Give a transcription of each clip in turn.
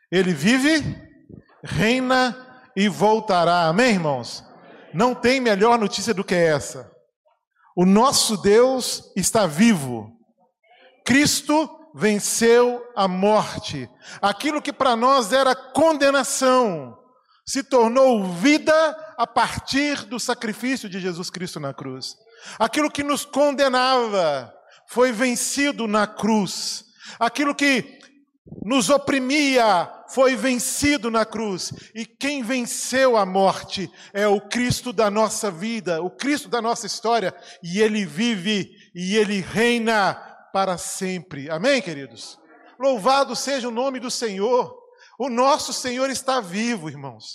Ele vive, reina e voltará. Amém, irmãos? Não tem melhor notícia do que essa. O nosso Deus está vivo. Cristo venceu a morte. Aquilo que para nós era condenação se tornou vida a partir do sacrifício de Jesus Cristo na cruz. Aquilo que nos condenava foi vencido na cruz. Aquilo que nos oprimia foi vencido na cruz. E quem venceu a morte é o Cristo da nossa vida, o Cristo da nossa história. E Ele vive e Ele reina para sempre. Amém, queridos? Louvado seja o nome do Senhor. O nosso Senhor está vivo, irmãos.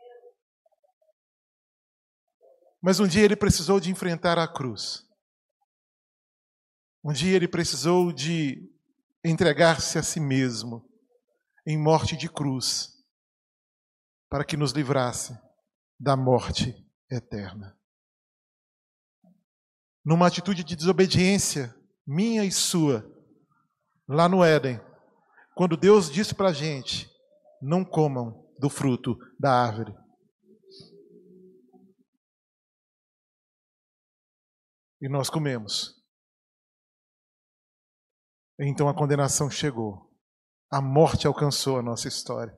Mas um dia Ele precisou de enfrentar a cruz. Um dia Ele precisou de entregar-se a si mesmo em morte de cruz, para que nos livrasse da morte eterna. Numa atitude de desobediência minha e sua, lá no Éden, quando Deus disse para a gente: não comam do fruto da árvore. E nós comemos. Então a condenação chegou. A morte alcançou a nossa história.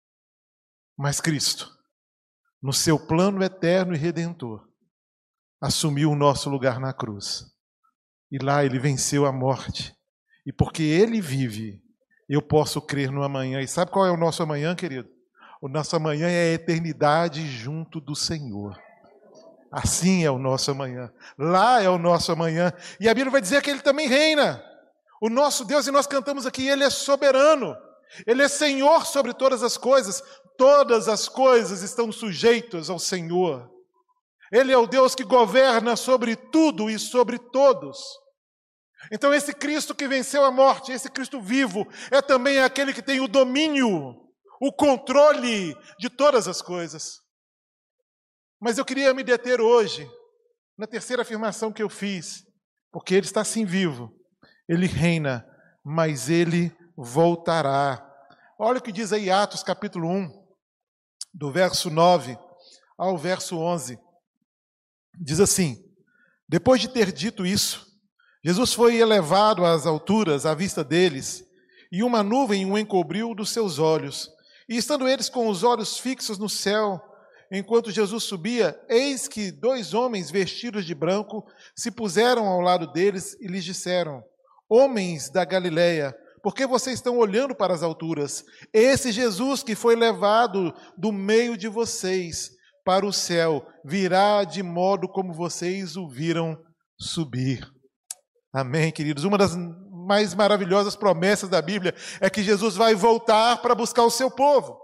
Mas Cristo, no seu plano eterno e redentor, assumiu o nosso lugar na cruz. E lá Ele venceu a morte. E porque Ele vive, eu posso crer no amanhã. E sabe qual é o nosso amanhã, querido? O nosso amanhã é a eternidade junto do Senhor. Assim é o nosso amanhã. Lá é o nosso amanhã. E a Bíblia vai dizer que Ele também reina. O nosso Deus, e nós cantamos aqui, Ele é soberano. Ele é Senhor sobre todas as coisas. Todas as coisas estão sujeitas ao Senhor. Ele é o Deus que governa sobre tudo e sobre todos. Então esse Cristo que venceu a morte, esse Cristo vivo, é também aquele que tem o domínio, o controle de todas as coisas. Mas eu queria me deter hoje na terceira afirmação que eu fiz, porque Ele está sim vivo. Ele reina, mas Ele voltará. Olha o que diz aí Atos capítulo 1, do verso 9 ao verso 11. Diz assim: depois de ter dito isso, Jesus foi elevado às alturas à vista deles, e uma nuvem o encobriu dos seus olhos. E estando eles com os olhos fixos no céu, enquanto Jesus subia, eis que 2 homens vestidos de branco se puseram ao lado deles e lhes disseram: homens da Galileia, por que vocês estão olhando para as alturas? Esse Jesus que foi levado do meio de vocês para o céu, virá de modo como vocês o viram subir. Amém, queridos? Uma das mais maravilhosas promessas da Bíblia é que Jesus vai voltar para buscar o seu povo.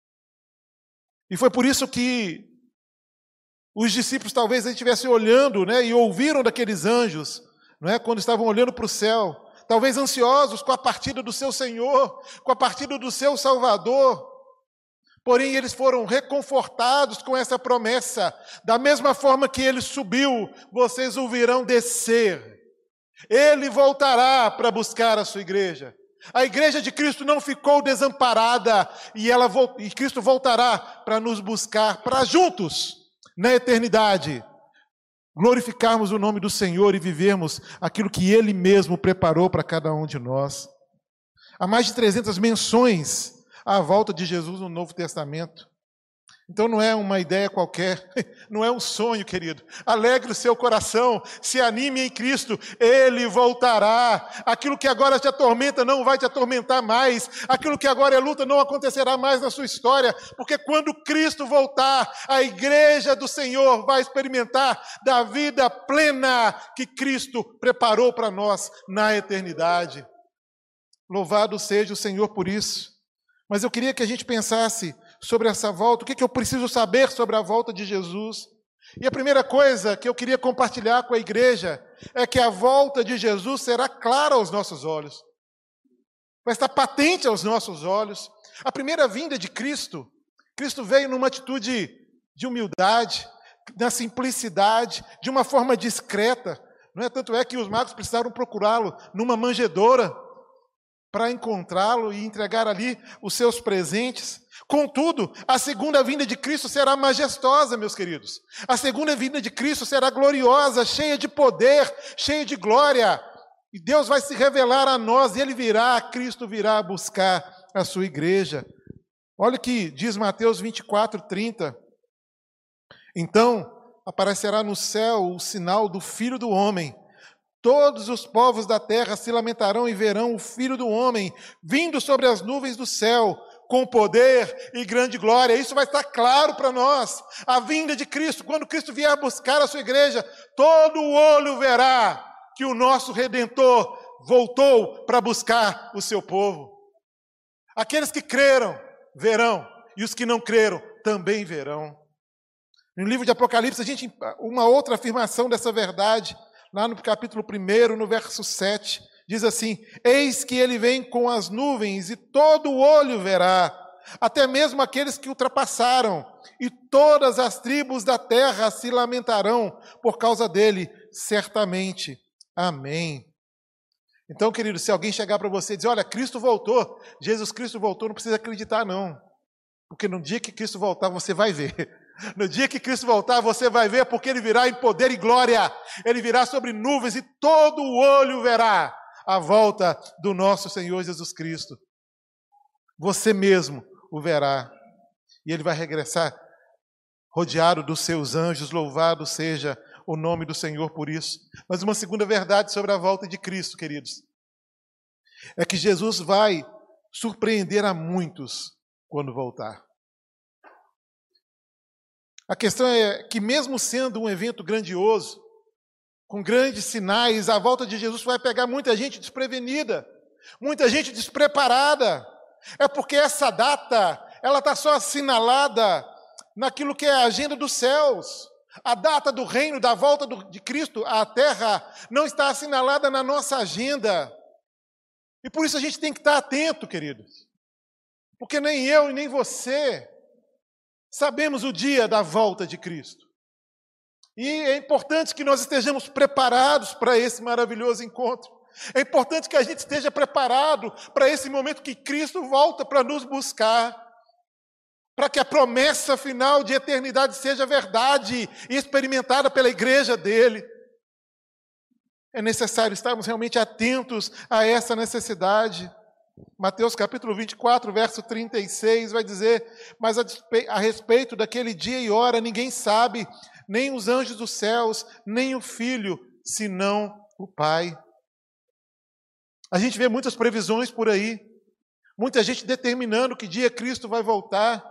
E foi por isso que os discípulos talvez estivessem olhando, né, e ouviram daqueles anjos, não é, quando estavam olhando para o céu, talvez ansiosos com a partida do seu Senhor, com a partida do seu Salvador. Porém, eles foram reconfortados com essa promessa. Da mesma forma que Ele subiu, vocês o virão descer. Ele voltará para buscar a sua igreja. A igreja de Cristo não ficou desamparada e Cristo voltará para nos buscar, para juntos, na eternidade, glorificarmos o nome do Senhor e vivermos aquilo que Ele mesmo preparou para cada um de nós. Há mais de 300 menções à volta de Jesus no Novo Testamento. Então não é uma ideia qualquer, não é um sonho, querido. Alegre o seu coração, se anime em Cristo, Ele voltará. Aquilo que agora te atormenta não vai te atormentar mais. Aquilo que agora é luta não acontecerá mais na sua história, porque quando Cristo voltar, a igreja do Senhor vai experimentar da vida plena que Cristo preparou para nós na eternidade. Louvado seja o Senhor por isso. Mas eu queria que a gente pensasse sobre essa volta, o que eu preciso saber sobre a volta de Jesus. E a primeira coisa que eu queria compartilhar com a igreja é que a volta de Jesus será clara aos nossos olhos. Vai estar patente aos nossos olhos. A primeira vinda de Cristo, Cristo veio numa atitude de humildade, na simplicidade, de uma forma discreta. Não é? Tanto é que os magos precisaram procurá-lo numa manjedoura. para encontrá-lo e entregar ali os seus presentes. Contudo, a segunda vinda de Cristo será majestosa, meus queridos. A segunda vinda de Cristo será gloriosa, cheia de poder, cheia de glória. E Deus vai se revelar a nós, e Ele virá, Cristo virá buscar a sua igreja. Olha o que diz Mateus 24:30. Então aparecerá no céu o sinal do Filho do Homem. Todos os povos da terra se lamentarão e verão o Filho do Homem vindo sobre as nuvens do céu, com poder e grande glória. Isso vai estar claro para nós. A vinda de Cristo, quando Cristo vier buscar a sua igreja, todo o olho verá que o nosso Redentor voltou para buscar o seu povo. Aqueles que creram, verão, e os que não creram, também verão. No livro de Apocalipse, uma outra afirmação dessa verdade, lá no capítulo 1, no verso 7, diz assim: eis que ele vem com as nuvens, e todo o olho verá, até mesmo aqueles que ultrapassaram, e todas as tribos da terra se lamentarão por causa dele, certamente. Amém. Então, querido, se alguém chegar para você e dizer: olha, Cristo voltou, Jesus Cristo voltou, não precisa acreditar não, porque no dia que Cristo voltar, você vai ver. No dia que Cristo voltar, você vai ver, porque Ele virá em poder e glória. Ele virá sobre nuvens e todo o olho verá a volta do nosso Senhor Jesus Cristo. Você mesmo o verá. E Ele vai regressar rodeado dos seus anjos. Louvado seja o nome do Senhor por isso. Mas uma segunda verdade sobre a volta de Cristo, queridos, é que Jesus vai surpreender a muitos quando voltar. A questão é que, mesmo sendo um evento grandioso, com grandes sinais, a volta de Jesus vai pegar muita gente desprevenida, muita gente despreparada. É porque essa data, ela está só assinalada naquilo que é a agenda dos céus. A data do reino, da volta de Cristo à terra, não está assinalada na nossa agenda. E por isso a gente tem que estar atento, queridos. Porque nem eu e nem você sabemos o dia da volta de Cristo. E é importante que nós estejamos preparados para esse maravilhoso encontro. É importante que a gente esteja preparado para esse momento que Cristo volta para nos buscar, para que a promessa final de eternidade seja verdade e experimentada pela igreja dele. É necessário estarmos realmente atentos a essa necessidade. Mateus capítulo 24, verso 36 vai dizer: mas a respeito daquele dia e hora ninguém sabe, nem os anjos dos céus, nem o Filho, senão o Pai. A gente vê muitas previsões por aí, muita gente determinando que dia Cristo vai voltar,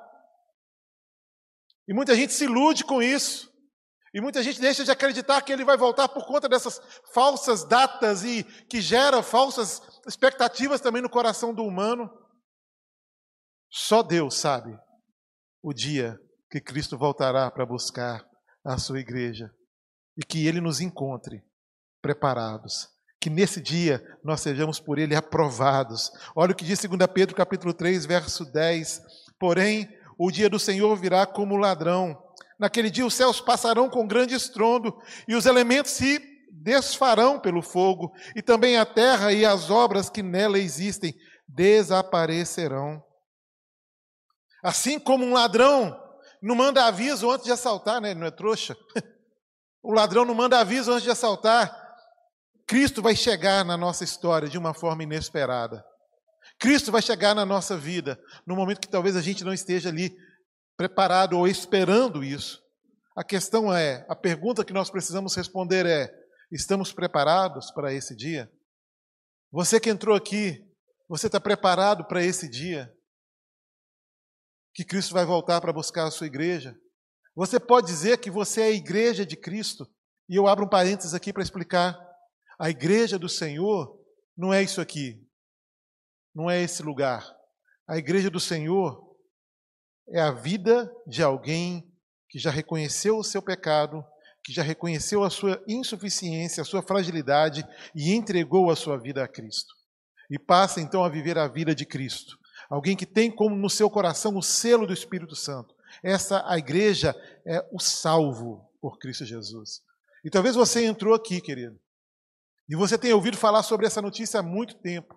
e muita gente se ilude com isso, e muita gente deixa de acreditar que ele vai voltar por conta dessas falsas datas e que gera falsas expectativas também no coração do humano. Só Deus sabe o dia que Cristo voltará para buscar a sua igreja e que Ele nos encontre preparados. Que nesse dia nós sejamos por Ele aprovados. Olha o que diz 2 Pedro capítulo 3, verso 10. Porém, o dia do Senhor virá como ladrão. Naquele dia os céus passarão com grande estrondo e os elementos se desfarão pelo fogo, e também a terra e as obras que nela existem desaparecerão. Assim como um ladrão não manda aviso antes de assaltar, né? Ele não é trouxa. O ladrão não manda aviso antes de assaltar. Cristo vai chegar na nossa história de uma forma inesperada. Cristo vai chegar na nossa vida no momento que talvez a gente não esteja ali preparado ou esperando isso. A questão é, a pergunta que nós precisamos responder é: estamos preparados para esse dia? Você que entrou aqui, você está preparado para esse dia? Que Cristo vai voltar para buscar a sua igreja? Você pode dizer que você é a igreja de Cristo? E eu abro um parênteses aqui para explicar. A igreja do Senhor não é isso aqui. Não é esse lugar. A igreja do Senhor é a vida de alguém que já reconheceu o seu pecado, que já reconheceu a sua insuficiência, a sua fragilidade e entregou a sua vida a Cristo. E passa então a viver a vida de Cristo. Alguém que tem como no seu coração o selo do Espírito Santo. A igreja é o salvo por Cristo Jesus. E talvez você entrou aqui, querido, e você tenha ouvido falar sobre essa notícia há muito tempo.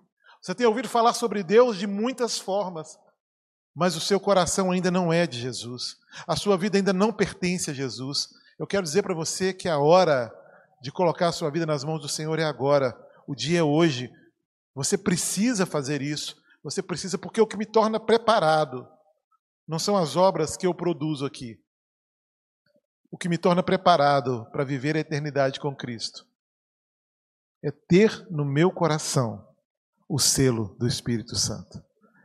Você tem ouvido falar sobre Deus de muitas formas, mas o seu coração ainda não é de Jesus. A sua vida ainda não pertence a Jesus. Eu quero dizer para você que a hora de colocar a sua vida nas mãos do Senhor é agora. O dia é hoje. Você precisa fazer isso. Você precisa, porque o que me torna preparado não são as obras que eu produzo aqui. O que me torna preparado para viver a eternidade com Cristo é ter no meu coração o selo do Espírito Santo.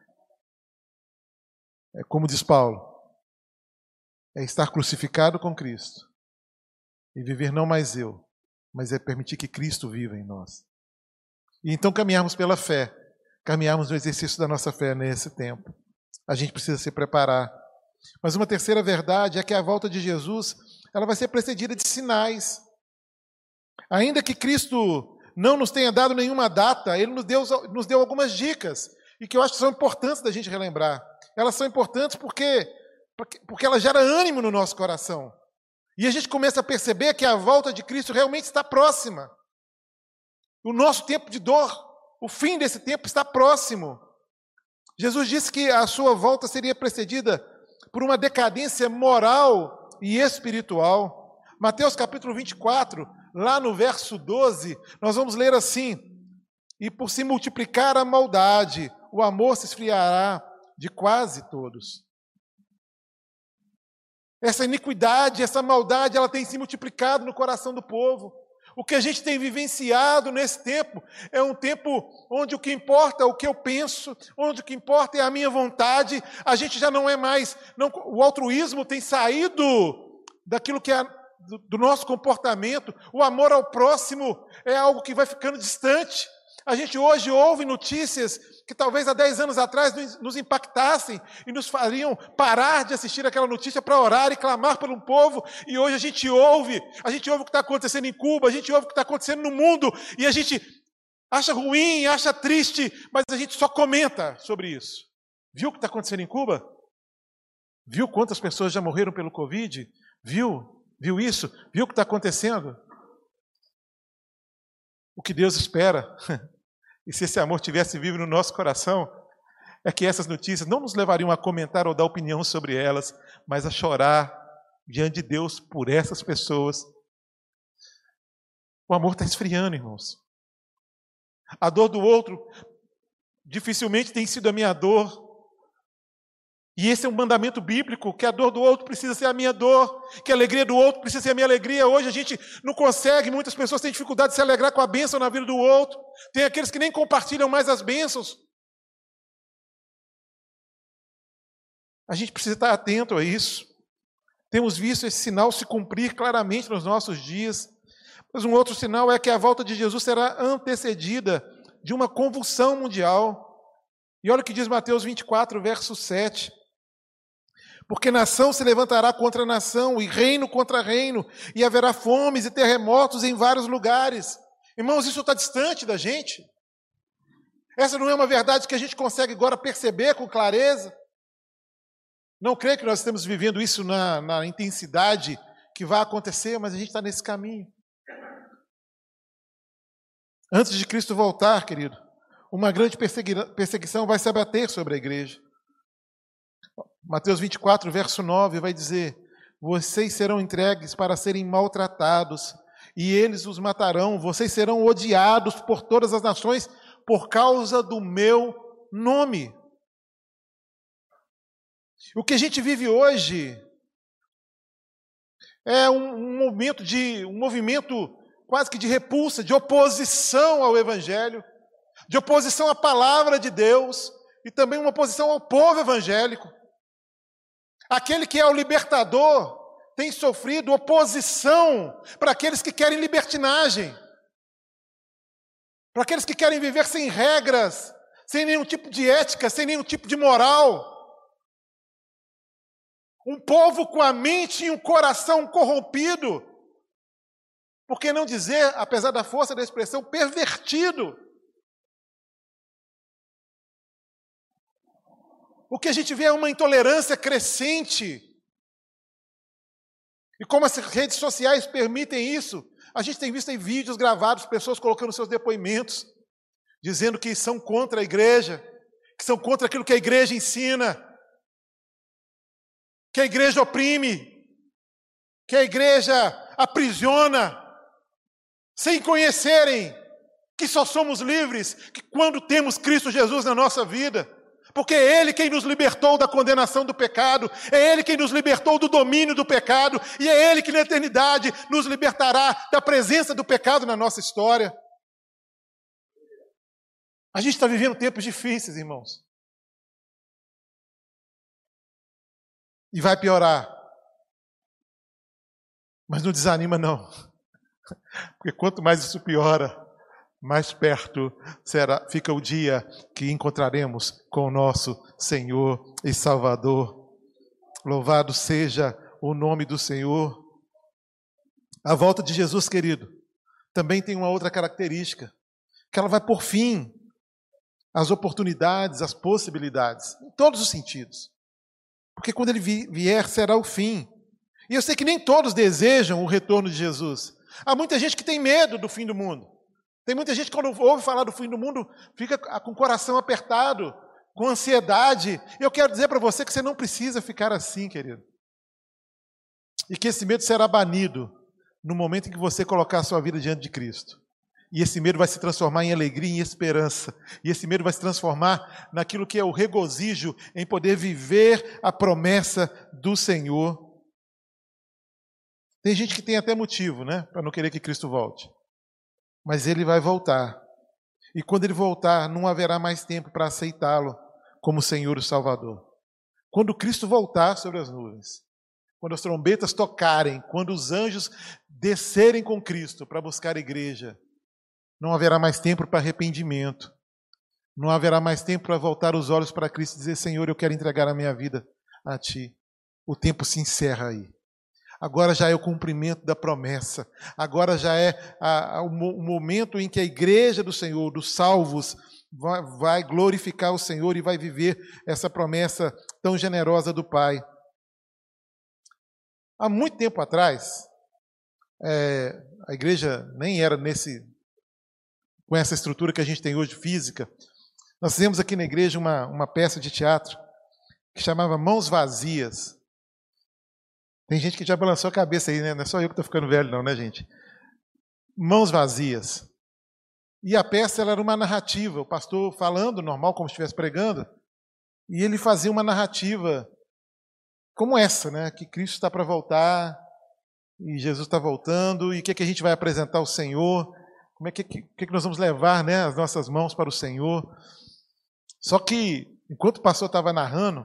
É como diz Paulo, é estar crucificado com Cristo e viver não mais eu, mas é permitir que Cristo viva em nós. E então caminharmos pela fé, caminharmos no exercício da nossa fé nesse tempo. A gente precisa se preparar. Mas uma terceira verdade é que a volta de Jesus, ela vai ser precedida de sinais. Ainda que Cristo não nos tenha dado nenhuma data, Ele nos deu algumas dicas, e que eu acho que são importantes da gente relembrar. Elas são importantes porque elas geram ânimo no nosso coração. E a gente começa a perceber que a volta de Cristo realmente está próxima. O nosso tempo de dor, o fim desse tempo está próximo. Jesus disse que a sua volta seria precedida por uma decadência moral e espiritual. Mateus capítulo 24, lá no verso 12, nós vamos ler assim: e por se multiplicar a maldade, o amor se esfriará de quase todos. Essa iniquidade, essa maldade, ela tem se multiplicado no coração do povo. O que a gente tem vivenciado nesse tempo é um tempo onde o que importa é o que eu penso, onde o que importa é a minha vontade. A gente já não é mais... o altruísmo tem saído daquilo que é do nosso comportamento. O amor ao próximo é algo que vai ficando distante. A gente hoje ouve notícias que talvez há 10 anos atrás nos impactassem e nos fariam parar de assistir aquela notícia para orar e clamar por um povo. E hoje a gente ouve o que está acontecendo em Cuba, a gente ouve o que está acontecendo no mundo, e a gente acha ruim, acha triste, mas a gente só comenta sobre isso. Viu o que está acontecendo em Cuba? Viu quantas pessoas já morreram pelo Covid? Viu isso? Viu o que está acontecendo? O que Deus espera, e se esse amor tivesse vivo no nosso coração, é que essas notícias não nos levariam a comentar ou dar opinião sobre elas, mas a chorar diante de Deus por essas pessoas. O amor está esfriando, irmãos. A dor do outro dificilmente tem sido a minha dor. E esse é um mandamento bíblico, que a dor do outro precisa ser a minha dor, que a alegria do outro precisa ser a minha alegria. Hoje a gente não consegue, muitas pessoas têm dificuldade de se alegrar com a bênção na vida do outro. Tem aqueles que nem compartilham mais as bênçãos. A gente precisa estar atento a isso. Temos visto esse sinal se cumprir claramente nos nossos dias. Mas um outro sinal é que a volta de Jesus será antecedida de uma convulsão mundial. E olha o que diz Mateus 24, verso 7. Porque nação se levantará contra nação, e reino contra reino, e haverá fomes e terremotos em vários lugares. Irmãos, isso está distante da gente. Essa não é uma verdade que a gente consegue agora perceber com clareza. Não creio que nós estamos vivendo isso na intensidade que vai acontecer, mas a gente está nesse caminho. Antes de Cristo voltar, querido, uma grande perseguição vai se abater sobre a igreja. Mateus 24, verso 9, vai dizer: vocês serão entregues para serem maltratados, e eles os matarão. Vocês serão odiados por todas as nações por causa do meu nome. O que a gente vive hoje é um movimento quase que de repulsa, de oposição ao Evangelho, de oposição à palavra de Deus, e também uma oposição ao povo evangélico. Aquele que é o libertador tem sofrido oposição para aqueles que querem libertinagem, para aqueles que querem viver sem regras, sem nenhum tipo de ética, sem nenhum tipo de moral. Um povo com a mente e um coração corrompido, por que não dizer, apesar da força da expressão, pervertido. O que a gente vê é uma intolerância crescente. E como as redes sociais permitem isso, a gente tem visto em vídeos gravados, pessoas colocando seus depoimentos. dizendo que são contra a igreja, que são contra aquilo que a igreja ensina, que a igreja oprime, que a igreja aprisiona, sem conhecerem que só somos livres que quando temos Cristo Jesus na nossa vida, porque é Ele quem nos libertou da condenação do pecado, é Ele quem nos libertou do domínio do pecado, e é Ele que na eternidade nos libertará da presença do pecado na nossa história. A gente está vivendo tempos difíceis, irmãos. E vai piorar. Mas não desanima, não. Porque quanto mais isso piora, mais perto fica o dia que encontraremos com o nosso Senhor e Salvador. Louvado seja o nome do Senhor. A volta de Jesus, querido, também tem uma outra característica, que ela vai por fim às oportunidades, às possibilidades, em todos os sentidos. Porque quando Ele vier, será o fim. E eu sei que nem todos desejam o retorno de Jesus. Há muita gente que tem medo do fim do mundo. Tem muita gente que quando ouve falar do fim do mundo, fica com o coração apertado, com ansiedade. Eu quero dizer para você que você não precisa ficar assim, querido. E que esse medo será banido no momento em que você colocar a sua vida diante de Cristo. E esse medo vai se transformar em alegria e em esperança. E esse medo vai se transformar naquilo que é o regozijo em poder viver a promessa do Senhor. Tem gente que tem até motivo, né, para não querer que Cristo volte. Mas Ele vai voltar. E quando Ele voltar, não haverá mais tempo para aceitá-lo como Senhor e Salvador. Quando Cristo voltar sobre as nuvens, quando as trombetas tocarem, quando os anjos descerem com Cristo para buscar a igreja, não haverá mais tempo para arrependimento. Não haverá mais tempo para voltar os olhos para Cristo e dizer, Senhor, eu quero entregar a minha vida a Ti. O tempo se encerra aí. Agora já é o cumprimento da promessa. Agora já é o momento em que a igreja do Senhor, dos salvos, vai glorificar o Senhor e vai viver essa promessa tão generosa do Pai. Há muito tempo atrás, a igreja nem era com essa estrutura que a gente tem hoje, física. Nós fizemos aqui na igreja uma peça de teatro que chamava Mãos Vazias. Tem gente que já balançou a cabeça aí, né? Não é só eu que estou ficando velho não, né, gente? Mãos Vazias. E a peça ela era uma narrativa, o pastor falando normal, como se estivesse pregando, e ele fazia uma narrativa como essa, né? Que Cristo está para voltar, e Jesus está voltando, e o que a gente vai apresentar ao Senhor, como é que nós vamos levar, né, as nossas mãos para o Senhor. Só que, enquanto o pastor estava narrando,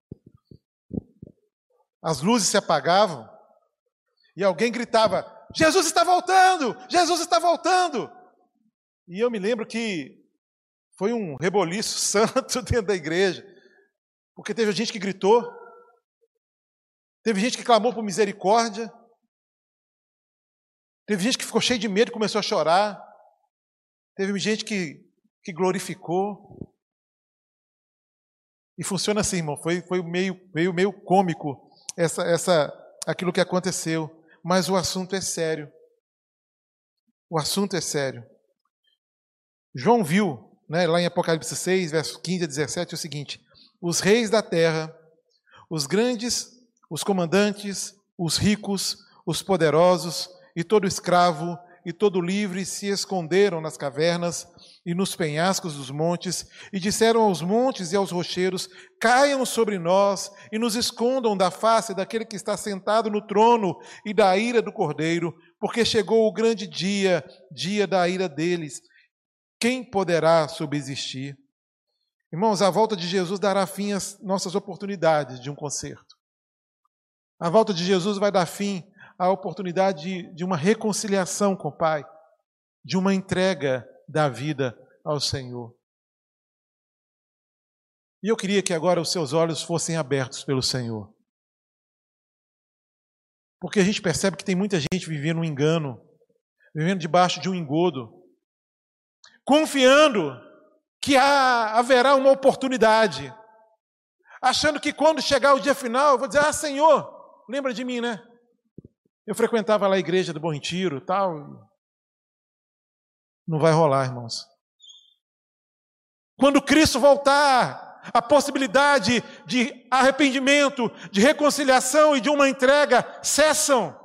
as luzes se apagavam e alguém gritava, Jesus está voltando! Jesus está voltando! E eu me lembro que foi um reboliço santo dentro da igreja, porque teve gente que gritou, teve gente que clamou por misericórdia, teve gente que ficou cheio de medo e começou a chorar, teve gente que glorificou. E funciona assim, irmão, foi meio cômico aquilo que aconteceu, mas o assunto é sério. O assunto é sério. João viu, né, lá em Apocalipse 6, versos 15 a 17, o seguinte: os reis da terra, os grandes, os comandantes, os ricos, os poderosos, e todo escravo e todo livre se esconderam nas cavernas e nos penhascos dos montes, e disseram aos montes e aos rochedos, caiam sobre nós e nos escondam da face daquele que está sentado no trono e da ira do Cordeiro, porque chegou o grande dia, dia da ira deles. Quem poderá subsistir? Irmãos, a volta de Jesus dará fim às nossas oportunidades de um concerto. A volta de Jesus vai dar fim à oportunidade de uma reconciliação com o Pai, de uma entrega da vida ao Senhor. E eu queria que agora os seus olhos fossem abertos pelo Senhor. Porque a gente percebe que tem muita gente vivendo um engano, vivendo debaixo de um engodo, confiando que haverá uma oportunidade, achando que quando chegar o dia final, eu vou dizer, Senhor, lembra de mim, né? Eu frequentava lá a igreja do Bom Retiro e tal. Não vai rolar, irmãos. Quando Cristo voltar, a possibilidade de arrependimento, de reconciliação e de uma entrega cessam.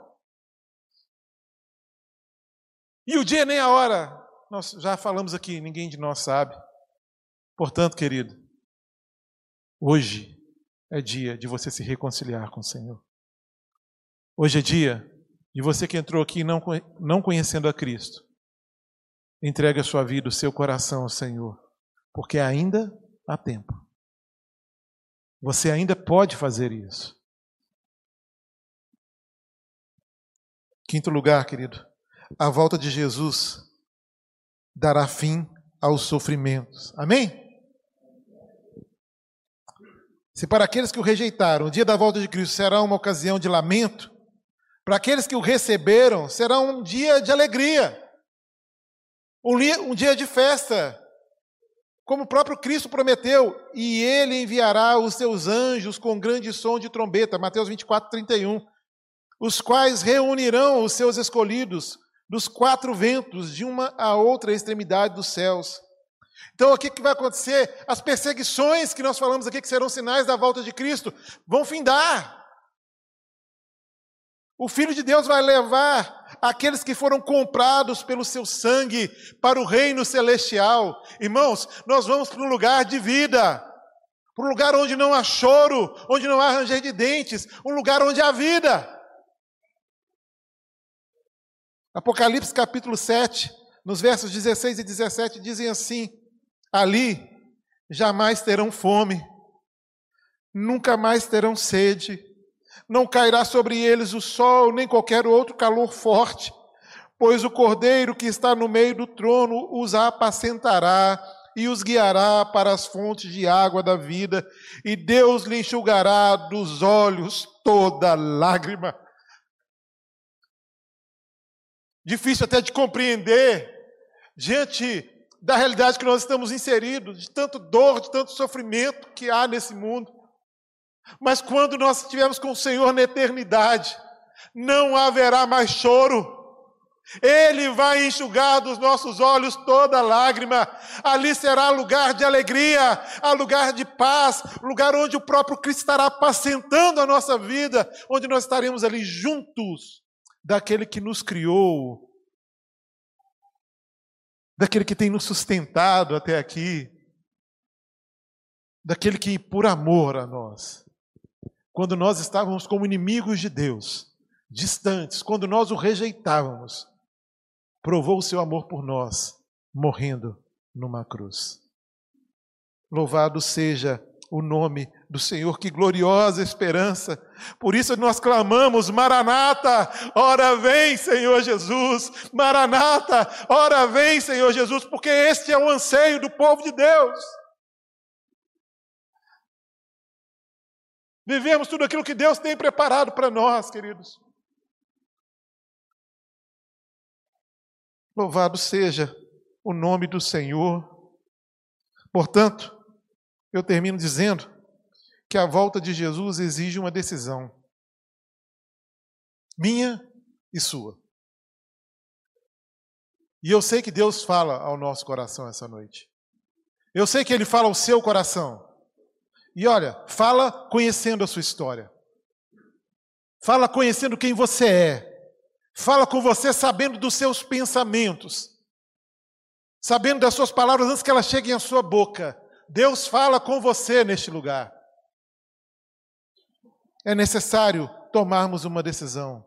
E o dia nem a hora, nós já falamos aqui, ninguém de nós sabe. Portanto, querido, hoje é dia de você se reconciliar com o Senhor. Hoje é dia de você que entrou aqui não conhecendo a Cristo. Entregue a sua vida, o seu coração ao Senhor, porque ainda há tempo. Você ainda pode fazer isso. Quinto lugar, querido, a volta de Jesus dará fim aos sofrimentos. Amém? Se para aqueles que o rejeitaram, o dia da volta de Cristo será uma ocasião de lamento, para aqueles que o receberam, será um dia de alegria, um dia de festa, como o próprio Cristo prometeu, e Ele enviará os seus anjos com grande som de trombeta, Mateus 24, 31, os quais reunirão os seus escolhidos dos quatro ventos, de uma a outra extremidade dos céus. Então, o que vai acontecer? As perseguições que nós falamos aqui, que serão sinais da volta de Cristo, vão findar. O Filho de Deus vai levar aqueles que foram comprados pelo seu sangue para o reino celestial. Irmãos, nós vamos para um lugar de vida, para um lugar onde não há choro, onde não há ranger de dentes, um lugar onde há vida. Apocalipse capítulo 7, nos versos 16 e 17, dizem assim: ali jamais terão fome, nunca mais terão sede, não cairá sobre eles o sol, nem qualquer outro calor forte, pois o Cordeiro que está no meio do trono os apacentará e os guiará para as fontes de água da vida, e Deus lhe enxugará dos olhos toda lágrima. Difícil até de compreender, diante da realidade que nós estamos inseridos, de tanto dor, de tanto sofrimento que há nesse mundo. Mas quando nós estivermos com o Senhor na eternidade, não haverá mais choro. Ele vai enxugar dos nossos olhos toda lágrima. Ali será lugar de alegria, lugar de paz, lugar onde o próprio Cristo estará apacentando a nossa vida, onde nós estaremos ali juntos daquele que nos criou, daquele que tem nos sustentado até aqui, daquele que, por amor a nós, quando nós estávamos como inimigos de Deus, distantes, quando nós o rejeitávamos, provou o seu amor por nós, morrendo numa cruz. Louvado seja o nome do Senhor, que gloriosa esperança. Por isso nós clamamos: Maranata, ora vem, Senhor Jesus. Maranata, ora vem, Senhor Jesus, porque este é o anseio do povo de Deus. Vivemos tudo aquilo que Deus tem preparado para nós, queridos. Louvado seja o nome do Senhor. Portanto, eu termino dizendo que a volta de Jesus exige uma decisão, minha e sua. E eu sei que Deus fala ao nosso coração essa noite. Eu sei que Ele fala ao seu coração. E olha, fala conhecendo a sua história. Fala conhecendo quem você é. Fala com você sabendo dos seus pensamentos. Sabendo das suas palavras antes que elas cheguem à sua boca. Deus fala com você neste lugar. É necessário tomarmos uma decisão.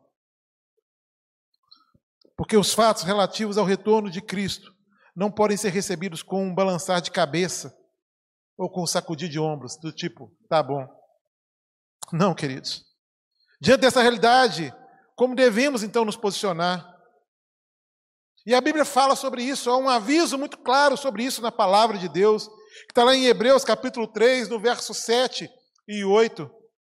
Porque os fatos relativos ao retorno de Cristo não podem ser recebidos com um balançar de cabeça ou com um sacudir de ombros, do tipo, tá bom. Não, queridos. Diante dessa realidade, como devemos então nos posicionar? E a Bíblia fala sobre isso, há um aviso muito claro sobre isso na palavra de Deus, que está lá em Hebreus capítulo 3, no verso 7 e 8.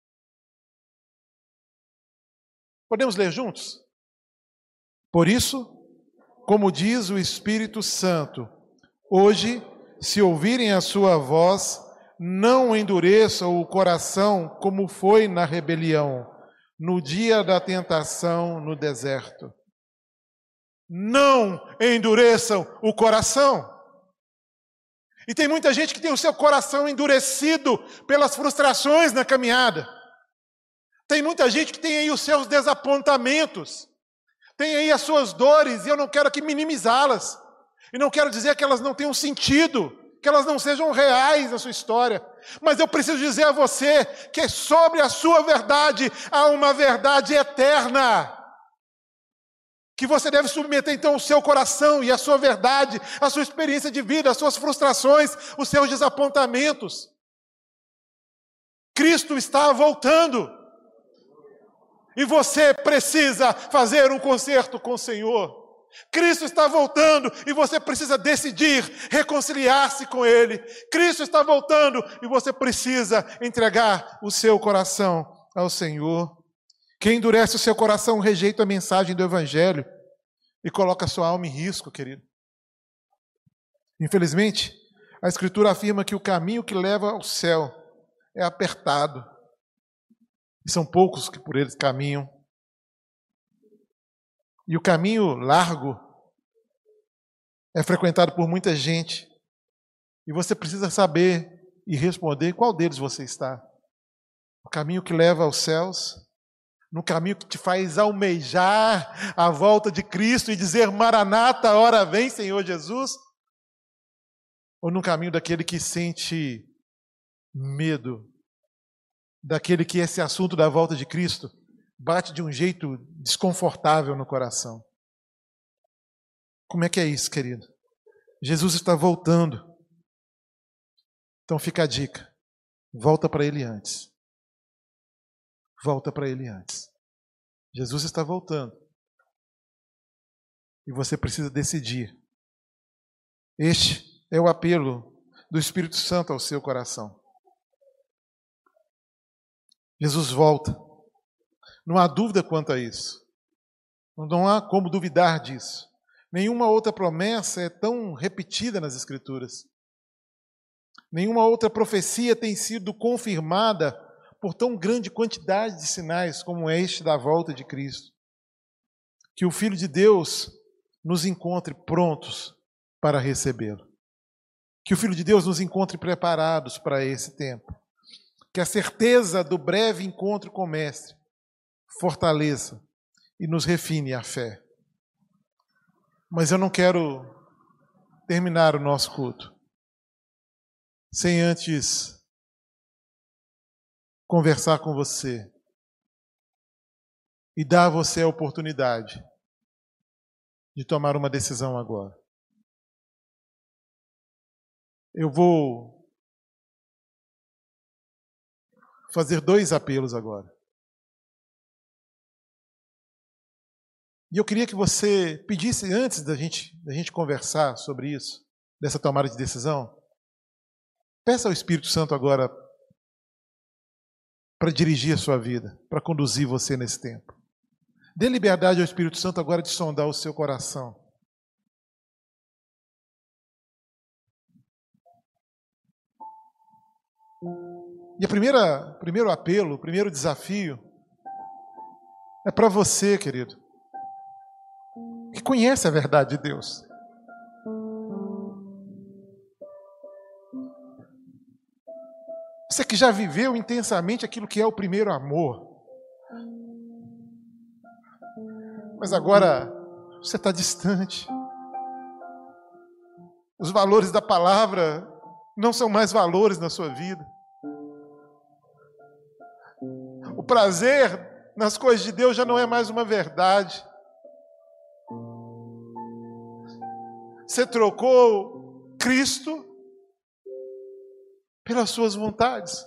Podemos ler juntos? Por isso, como diz o Espírito Santo, hoje, se ouvirem a sua voz, não endureçam o coração como foi na rebelião, no dia da tentação no deserto. Não endureçam o coração. E tem muita gente que tem o seu coração endurecido pelas frustrações na caminhada. Tem muita gente que tem aí os seus desapontamentos. Tem aí as suas dores, e eu não quero aqui minimizá-las. E não quero dizer que elas não tenham sentido, que elas não sejam reais na sua história. Mas eu preciso dizer a você que sobre a sua verdade há uma verdade eterna. Que você deve submeter então o seu coração e a sua verdade, a sua experiência de vida, as suas frustrações, os seus desapontamentos. Cristo está voltando. E você precisa fazer um concerto com o Senhor. Cristo está voltando e você precisa decidir reconciliar-se com Ele. Cristo está voltando e você precisa entregar o seu coração ao Senhor. Quem endurece o seu coração rejeita a mensagem do Evangelho e coloca a sua alma em risco, querido. Infelizmente, a Escritura afirma que o caminho que leva ao céu é apertado. E são poucos que por eles caminham. E o caminho largo é frequentado por muita gente. E você precisa saber e responder em qual deles você está. O caminho que leva aos céus, no caminho que te faz almejar a volta de Cristo e dizer: Maranata, ora vem, Senhor Jesus. Ou no caminho daquele que sente medo, daquele que esse assunto da volta de Cristo bate de um jeito desconfortável no coração. Como é que é isso, querido? Jesus está voltando. Então fica a dica. Volta para Ele antes. Volta para Ele antes. Jesus está voltando. E você precisa decidir. Este é o apelo do Espírito Santo ao seu coração. Jesus volta. Não há dúvida quanto a isso. Não há como duvidar disso. Nenhuma outra promessa é tão repetida nas Escrituras. Nenhuma outra profecia tem sido confirmada por tão grande quantidade de sinais como este da volta de Cristo. Que o Filho de Deus nos encontre prontos para recebê-lo. Que o Filho de Deus nos encontre preparados para esse tempo. Que a certeza do breve encontro com o Mestre fortaleça e nos refine a fé. Mas eu não quero terminar o nosso culto sem antes conversar com você e dar a você a oportunidade de tomar uma decisão agora. Eu vou fazer 2 apelos agora. E eu queria que você pedisse, antes da gente conversar sobre isso, dessa tomada de decisão, peça ao Espírito Santo agora para dirigir a sua vida, para conduzir você nesse tempo. Dê liberdade ao Espírito Santo agora de sondar o seu coração. E o primeiro apelo, o primeiro desafio é para você, querido, que conhece a verdade de Deus. Você que já viveu intensamente aquilo que é o primeiro amor. Mas agora você está distante. Os valores da palavra não são mais valores na sua vida. O prazer nas coisas de Deus já não é mais uma verdade. Você trocou Cristo pelas suas vontades.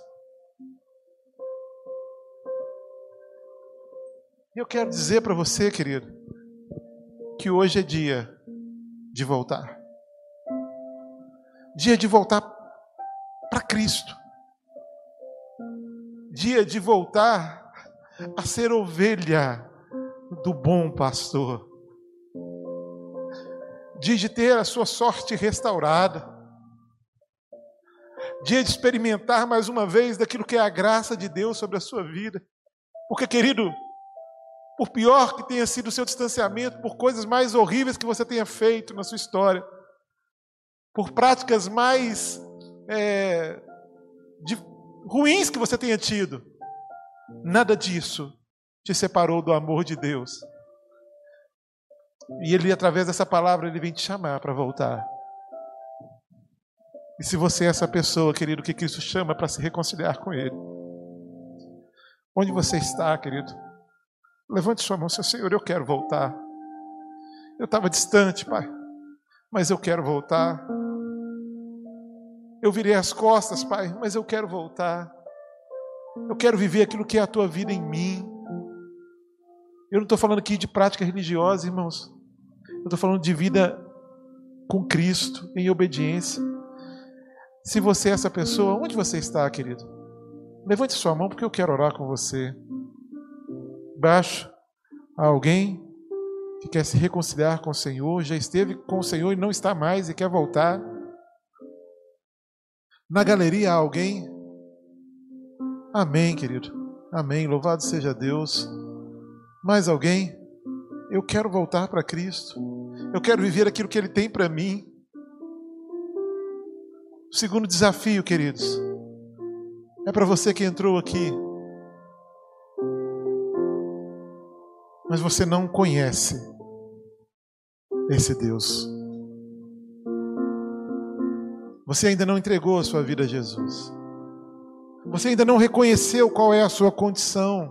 E eu quero dizer para você, querido, que hoje é dia de voltar. Dia de voltar para Cristo. Dia de voltar a ser ovelha do bom pastor. Dia de ter a sua sorte restaurada. Dia de experimentar mais uma vez daquilo que é a graça de Deus sobre a sua vida. Porque, querido, por pior que tenha sido o seu distanciamento, por coisas mais horríveis que você tenha feito na sua história, por práticas mais ruins que você tenha tido, nada disso te separou do amor de Deus. E Ele, através dessa palavra, Ele vem te chamar para voltar. E se você é essa pessoa, querido, que Cristo chama para se reconciliar com Ele, onde você está, querido? Levante sua mão, seu Senhor, eu quero voltar. Eu estava distante, Pai, mas eu quero voltar. Eu virei as costas, Pai, mas eu quero voltar. Eu quero viver aquilo que é a Tua vida em mim. Eu não estou falando aqui de prática religiosa, irmãos. Eu estou falando de vida com Cristo, em obediência. Se você é essa pessoa, onde você está, querido? Levante sua mão, porque eu quero orar com você. Baixo, há alguém que quer se reconciliar com o Senhor, já esteve com o Senhor e não está mais e quer voltar. Na galeria há alguém? Amém, querido. Amém. Louvado seja Deus. Mais alguém? Eu quero voltar para Cristo. Eu quero viver aquilo que Ele tem para mim. O segundo desafio, queridos, é para você que entrou aqui, mas você não conhece esse Deus. Você ainda não entregou a sua vida a Jesus. Você ainda não reconheceu qual é a sua condição.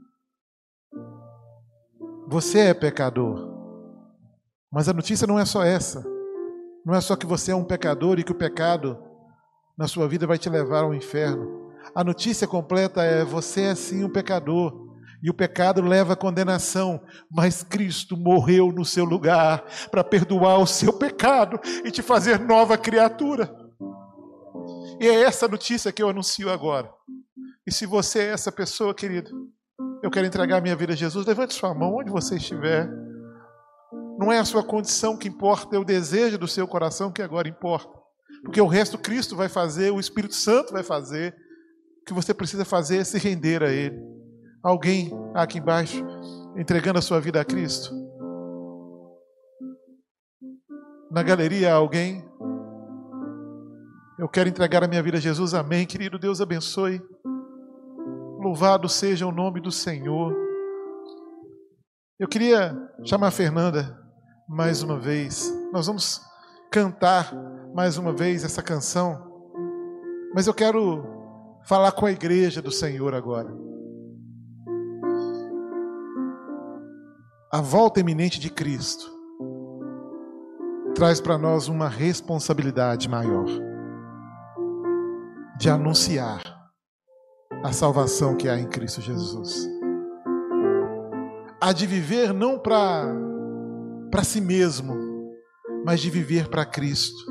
Você é pecador. Mas a notícia não é só essa. Não é só que você é um pecador e que o pecado na sua vida vai te levar ao inferno. A notícia completa é: você é sim um pecador. E o pecado leva à condenação, mas Cristo morreu no seu lugar para perdoar o seu pecado e te fazer nova criatura. E é essa notícia que eu anuncio agora. E se você é essa pessoa, querido, eu quero entregar minha vida a Jesus, levante sua mão onde você estiver. Não é a sua condição que importa, é o desejo do seu coração que agora importa. Porque o resto Cristo vai fazer, o Espírito Santo vai fazer. O que você precisa fazer é se render a Ele. Alguém aqui embaixo entregando a sua vida a Cristo? Na galeria há alguém? Eu quero entregar a minha vida a Jesus. Amém, querido. Deus abençoe. Louvado seja o nome do Senhor. Eu queria chamar a Fernanda mais uma vez. Nós vamos cantar mais uma vez essa canção. Mas eu quero falar com a igreja do Senhor agora. A volta iminente de Cristo traz para nós uma responsabilidade maior de anunciar a salvação que há em Cristo Jesus. A de viver não para si mesmo, mas de viver para Cristo.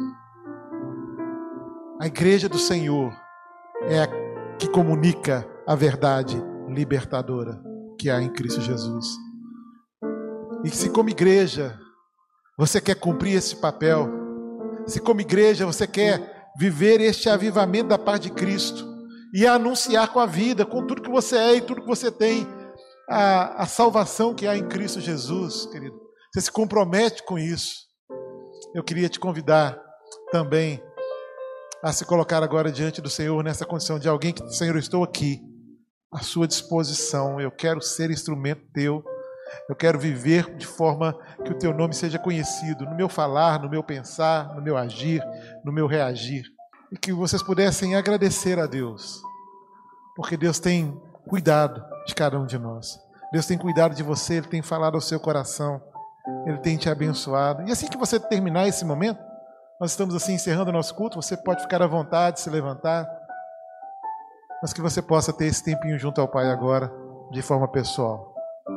A igreja do Senhor é a que comunica a verdade libertadora que há em Cristo Jesus. E se como igreja você quer cumprir esse papel, se como igreja você quer viver este avivamento da paz de Cristo e anunciar com a vida, com tudo que você é e tudo que você tem, a salvação que há em Cristo Jesus, querido, você se compromete com isso. Eu queria te convidar também a se colocar agora diante do Senhor nessa condição de alguém que, Senhor, eu estou aqui à sua disposição, eu quero ser instrumento teu. Eu quero viver de forma que o teu nome seja conhecido no meu falar, no meu pensar, no meu agir, no meu reagir. E que vocês pudessem agradecer a Deus, porque Deus tem cuidado de cada um de nós. Deus tem cuidado de você, Ele tem falado ao seu coração, Ele tem te abençoado. E assim que você terminar esse momento, nós estamos assim encerrando o nosso culto, você pode ficar à vontade, se levantar, mas que você possa ter esse tempinho junto ao Pai agora, de forma pessoal.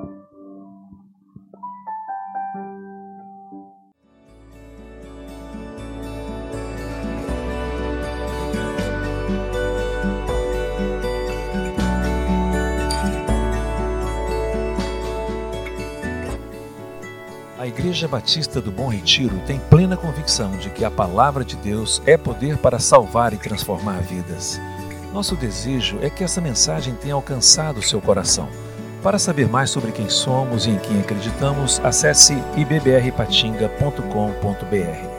A Igreja Batista do Bom Retiro tem plena convicção de que a Palavra de Deus é poder para salvar e transformar vidas. Nosso desejo é que essa mensagem tenha alcançado o seu coração. Para saber mais sobre quem somos e em quem acreditamos, acesse ibbrpatinga.com.br.